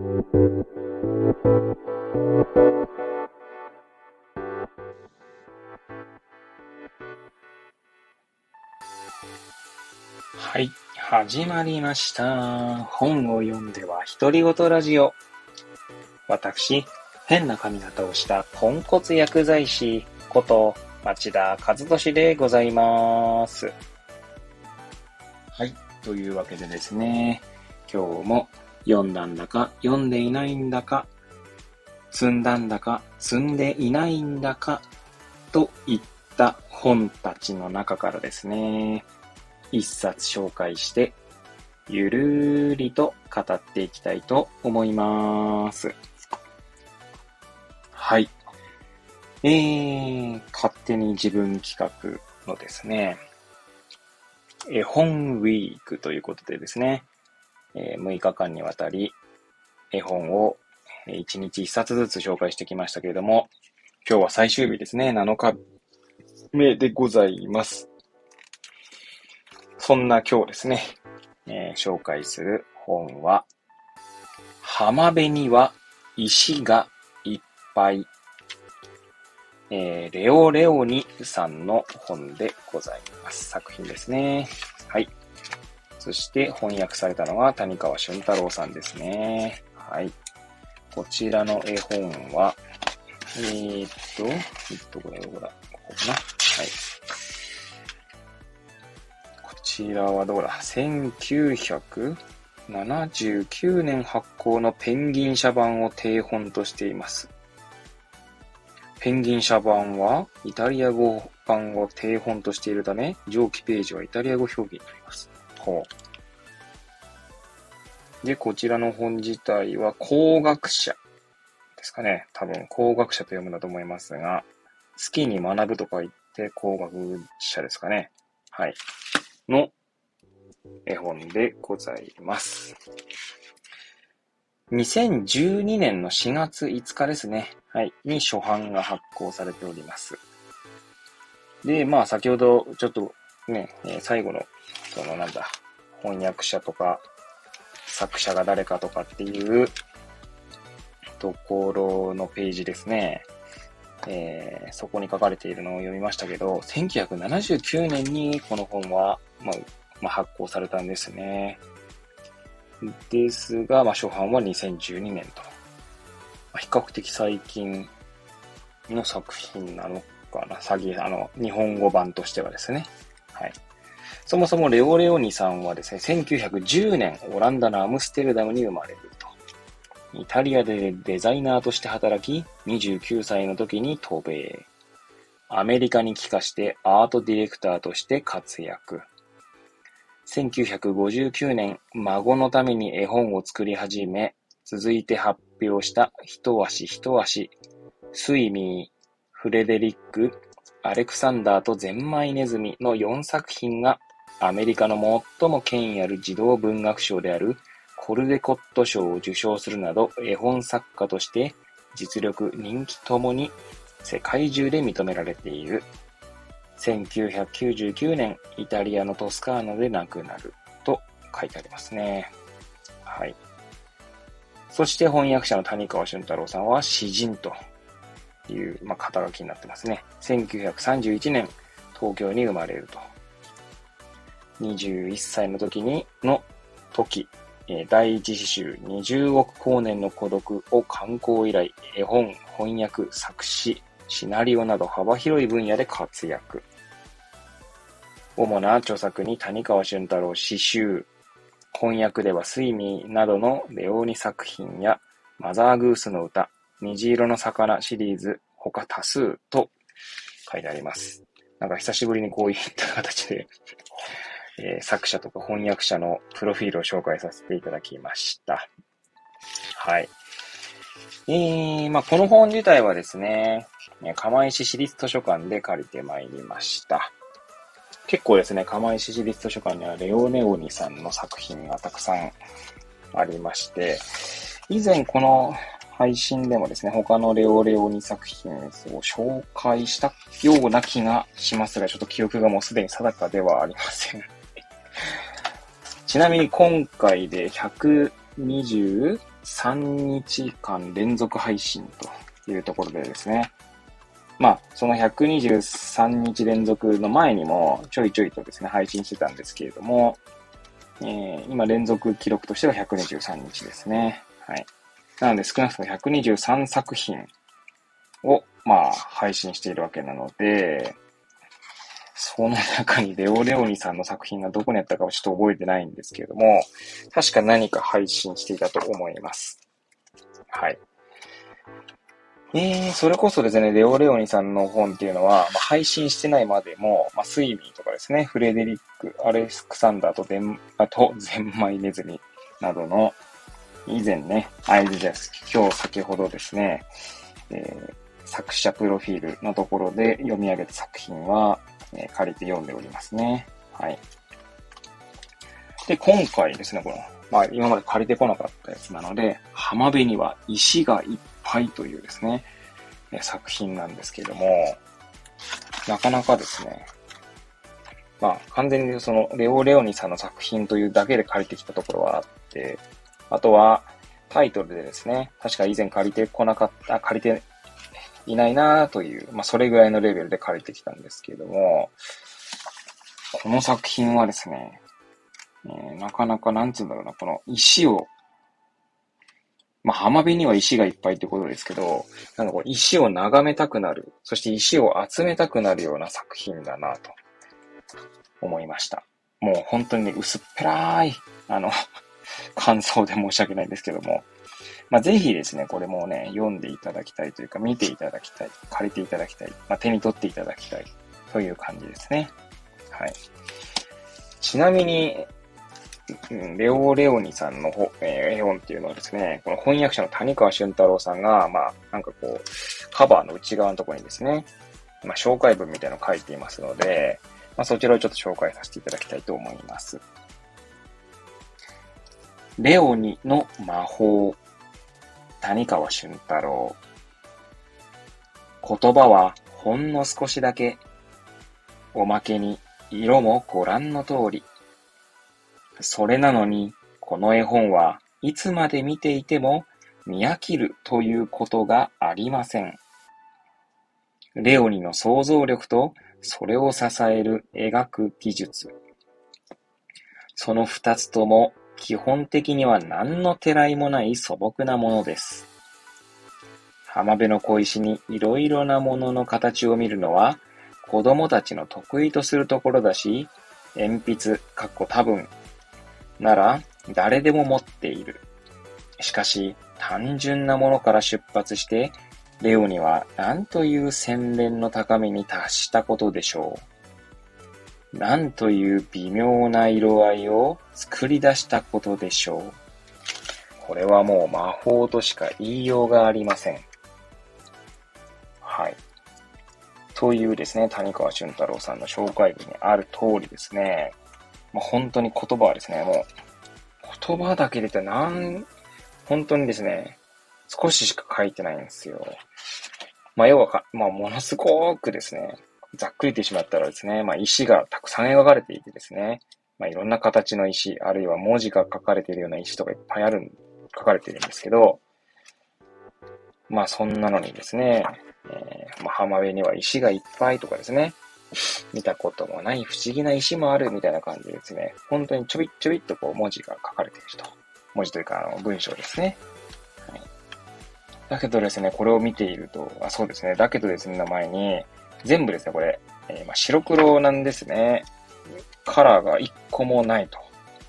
はい、始まりました。本を読んでは独り言ラジオ。私、変な髪型をしたポンコツ薬剤師こと町田和俊でございます。はい、というわけでですね、今日も読んだんだか読んでいないんだか、積んだんだか積んでいないんだかといった本たちの中からですね、一冊紹介してゆるーりと語っていきたいと思います。はい。勝手に自分企画のですね、絵本ウィークということでですね、6日間にわたり絵本を1日1冊ずつ紹介してきましたけれども、今日は最終日ですね、7日目でございます。そんな今日ですね、紹介する本は、浜辺には石がいっぱい。レオレオニさんの本でございます。作品ですね。はい。そして翻訳されたのは谷川俊太郎さんですね。はい。こちらの絵本は、これどこだ、ここかな。はい。こちらはどこだ ?1979 年発行のペンギン社版を定本としています。ペンギン社版はイタリア語版を定本としているため、上記ページはイタリア語表記になります。で、こちらの本自体は工学者ですかね。多分工学者と読むんだと思いますが、好きに学ぶと書いて工学者ですかね。はい。の絵本でございます。2012年の4月5日ですね。はい。に初版が発行されております。で、まあ先ほどちょっとね、最後の、翻訳者とか、作者が誰かとかっていうところのページですね。そこに書かれているのを読みましたけど、1979年にこの本は、発行されたんですね。ですが、初版は2012年と。比較的最近の作品なのかな。日本語版としてはですね。はい。そもそもレオレオニさんはですね、1910年、オランダのアムステルダムに生まれると。イタリアでデザイナーとして働き、29歳の時に渡米。アメリカに帰化してアートディレクターとして活躍。1959年、孫のために絵本を作り始め、続いて発表した一足一足、スイミー、フレデリック、アレクサンダーとゼンマイネズミの4作品がアメリカの最も権威ある児童文学賞であるコルデコット賞を受賞するなど絵本作家として実力、人気ともに世界中で認められている。1999年、イタリアのトスカーナで亡くなると書いてありますね。はい。そして翻訳者の谷川俊太郎さんは詩人という、肩書きになってますね。1931年、東京に生まれると。21歳の時、第一詩集20億光年の孤独を刊行以来、絵本、翻訳、作詞、シナリオなど幅広い分野で活躍。主な著作に谷川俊太郎詩集、翻訳ではスイミーなどのレオニ作品やマザーグースの歌、虹色の魚シリーズ、他多数と書いてあります。なんか久しぶりにこういった形で、作者とか翻訳者のプロフィールを紹介させていただきました。はい。この本自体はですね、釜石市立図書館で借りてまいりました。結構ですね、釜石市立図書館にはレオネオニさんの作品がたくさんありまして、以前この配信でもですね、他のレオレオニ作品を紹介したような気がしますが、ちょっと記憶がもうすでに定かではありません。ちなみに今回で120 3日間連続配信というところでですね、その123日連続の前にもちょいちょいとですね、配信してたんですけれども、今連続記録としては123日ですね。はい。なので少なくとも123作品を、配信しているわけなので、その中にレオレオニさんの作品がどこにあったかはちょっと覚えてないんですけれども、確か何か配信していたと思います。はい。それこそですね、レオレオニさんの本っていうのは、配信してないまでも、スイミーとかですね、フレデリック、アレクサンダーとゼンマイネズミなどの、以前ね、今日先ほどですね、作者プロフィールのところで読み上げた作品は、借りて読んでおりますね。はい。で、今回ですね、今まで借りてこなかったやつなので、浜辺には石がいっぱいというですね、作品なんですけれども、なかなかですね、完全にそのレオレオニさんの作品というだけで借りてきたところはあって、あとはタイトルでですね、確か以前借りていないなという、それぐらいのレベルで借りてきたんですけれども、この作品はですね、なかなかなんつうんだろうな、この石を、浜辺には石がいっぱいってことですけど、石を眺めたくなる、そして石を集めたくなるような作品だなと思いました。もう本当にね、薄っぺらい、感想で申し訳ないんですけども、ぜひですね、これもね、読んでいただきたいというか、見ていただきたい、借りていただきたい、手に取っていただきたいという感じですね。はい。ちなみに、レオレオニさんの絵本っていうのはですね、この翻訳者の谷川俊太郎さんが、カバーの内側のところにですね、紹介文みたいなのを書いていますので、そちらをちょっと紹介させていただきたいと思います。レオニの魔法、谷川俊太郎。言葉はほんの少しだけ、おまけに色もご覧の通り。それなのに、この絵本はいつまで見ていても見飽きるということがありません。レオニの想像力とそれを支える描く技術。その二つとも基本的には何のてらいもない素朴なものです。浜辺の小石にいろいろなものの形を見るのは子供たちの得意とするところだし、鉛筆、多分なら誰でも持っている。しかし単純なものから出発して、レオには何という洗練の高みに達したことでしょう。何という微妙な色合いを作り出したことでしょう。これはもう魔法としか言いようがありません。はい。というですね、谷川俊太郎さんの紹介文にある通りですね、本当に言葉はですね、もう言葉だけで言ったら本当にですね、少ししか書いてないんですよ。要はものすごくですね、ざっくり言ってしまったらですね、石がたくさん描かれていてですね、いろんな形の石、あるいは文字が書かれているような石とかいっぱい書かれているんですけど、そんなのにですね、浜辺には石がいっぱいとかですね、見たこともない不思議な石もあるみたいな感じでですね、本当にちょびっちょびっと文字が書かれていると。文字というか文章ですね。はい。だけどですね、これを見ていると、そうですね、だけどですね、の前に、全部ですね、これ、白黒なんですね。カラーが一個もないと。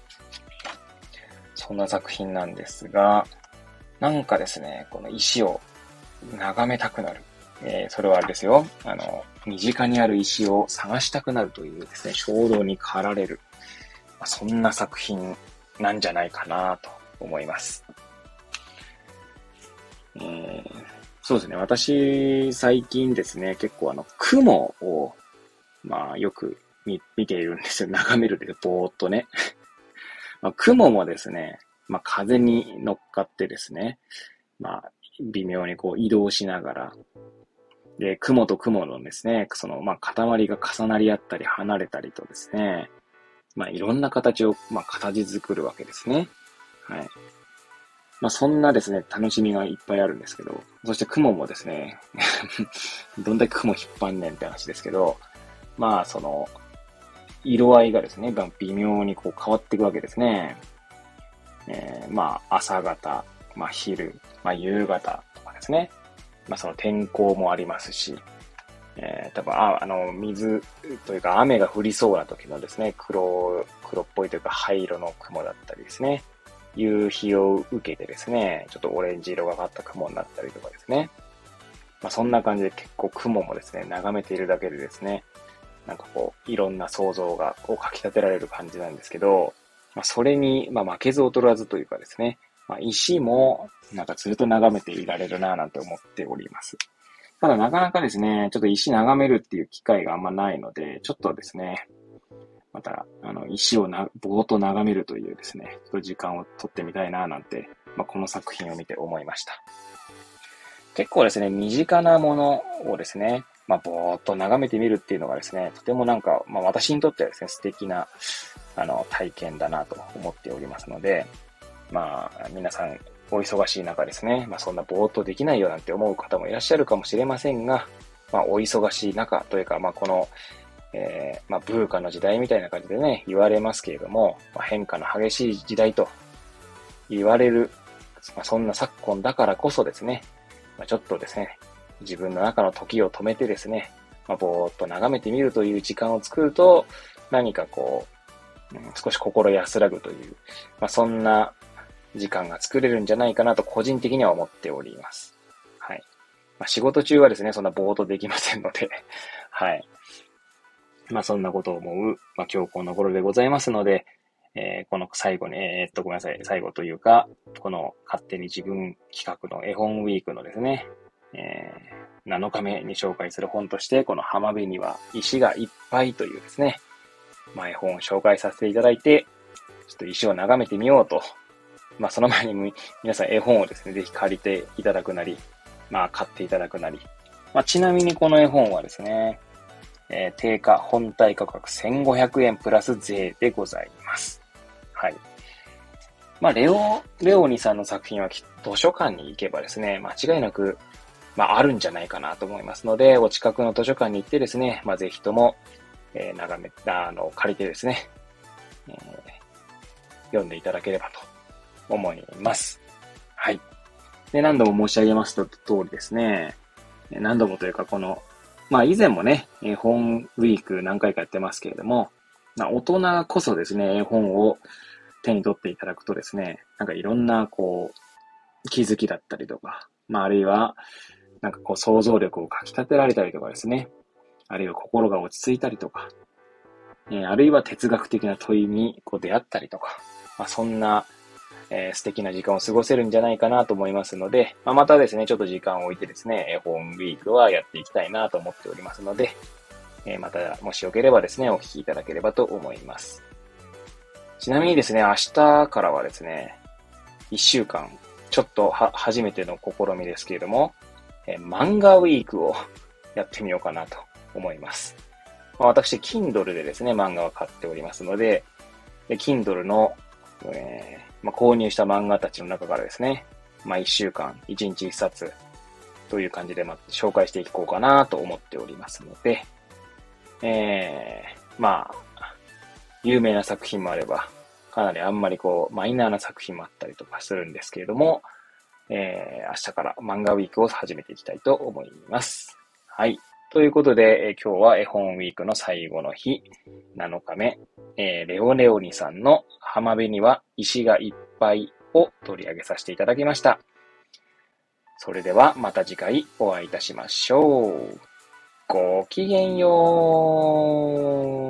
そんな作品なんですが、なんかですね、この石を眺めたくなる。それはあれですよ。身近にある石を探したくなるというですね、衝動に駆られる。そんな作品なんじゃないかなと思います。そうですね。私、最近ですね、結構雲を、よく見ているんですよ。眺めるで、ぼーっとね。雲もですね、風に乗っかってですね、微妙に移動しながら、で、雲と雲のですね、塊が重なり合ったり離れたりとですね、いろんな形を、形作るわけですね。はい。 そんなですね、楽しみがいっぱいあるんですけど、そして雲もですね、どんだけ雲引っ張んねんって話ですけど、その、色合いがですね、微妙にこう変わっていくわけですね。朝方、昼、夕方とかですね。その天候もありますし、多分、水というか雨が降りそうな時のですね、黒っぽいというか灰色の雲だったりですね。夕日を受けてですね、ちょっとオレンジ色がかった雲になったりとかですね。そんな感じで結構雲もですね、眺めているだけでですね、なんかこう、いろんな想像がこうかき立てられる感じなんですけど、それに、負けず劣らずというかですね、石も、なんかずっと眺めていられるなぁなんて思っております。ただなかなかですね、ちょっと石眺めるっていう機会があんまないので、ちょっとですね、また、石をぼーっと眺めるというですね、ちょっと時間をとってみたいなぁなんて、この作品を見て思いました。結構ですね、身近なものをですね、ぼーっと眺めてみるっていうのがですね、とてもなんか、私にとってはですね、素敵な、体験だなと思っておりますので、皆さん、お忙しい中ですね、そんなぼーっとできないよなんて思う方もいらっしゃるかもしれませんが、お忙しい中というか、この、ブーカの時代みたいな感じでね、言われますけれども、変化の激しい時代と言われる、そんな昨今だからこそですね、ちょっとですね、自分の中の時を止めてですね、ぼーっと眺めてみるという時間を作ると、何かこう、少し心安らぐという、そんな時間が作れるんじゃないかなと個人的には思っております。はい。仕事中はですね、そんなぼーっとできませんので、はい。そんなことを思う、今日この頃でございますので、この最後に、ごめんなさい、最後というか、この勝手に自分企画の絵本ウィークのですね、7日目に紹介する本として、この浜辺には石がいっぱいというですね、絵本を紹介させていただいて、ちょっと石を眺めてみようと。その前に皆さん絵本をですね、ぜひ借りていただくなり、買っていただくなり。ちなみにこの絵本はですね、定価本体価格1500円プラス税でございます。はい。レオニさんの作品は図書館に行けばですね、間違いなく、あるんじゃないかなと思いますので、お近くの図書館に行ってですね、ぜひとも、借りてですね、読んでいただければと思います。はい。で、何度も申し上げますと通りですね、何度もというかこの、以前もね、絵本ウィーク何回かやってますけれども、大人こそですね、絵本を手に取っていただくとですね、なんかいろんなこう、気づきだったりとか、あるいは、なんかこう想像力をかき立てられたりとかですね、あるいは心が落ち着いたりとか、あるいは哲学的な問いにこう出会ったりとか、そんな、素敵な時間を過ごせるんじゃないかなと思いますので、またですね、ちょっと時間を置いてですね、絵本ウィークはやっていきたいなと思っておりますので、またもしよければですね、お聞きいただければと思います。ちなみにですね、明日からはですね、1週間、ちょっと初めての試みですけれども、漫画ウィークをやってみようかなと思います。私、Kindle でですね、漫画を買っておりますので、Kindle の、購入した漫画たちの中からですね、1週間、1日1冊という感じで、紹介していこうかなと思っておりますので、有名な作品もあれば、かなりあんまりこう、マイナーな作品もあったりとかするんですけれども、明日から漫画ウィークを始めていきたいと思います。はい。ということで、今日は絵本ウィークの最後の日、7日目、レオレオニさんの浜辺には石がいっぱいを取り上げさせていただきました。それではまた次回お会いいたしましょう。ごきげんよう。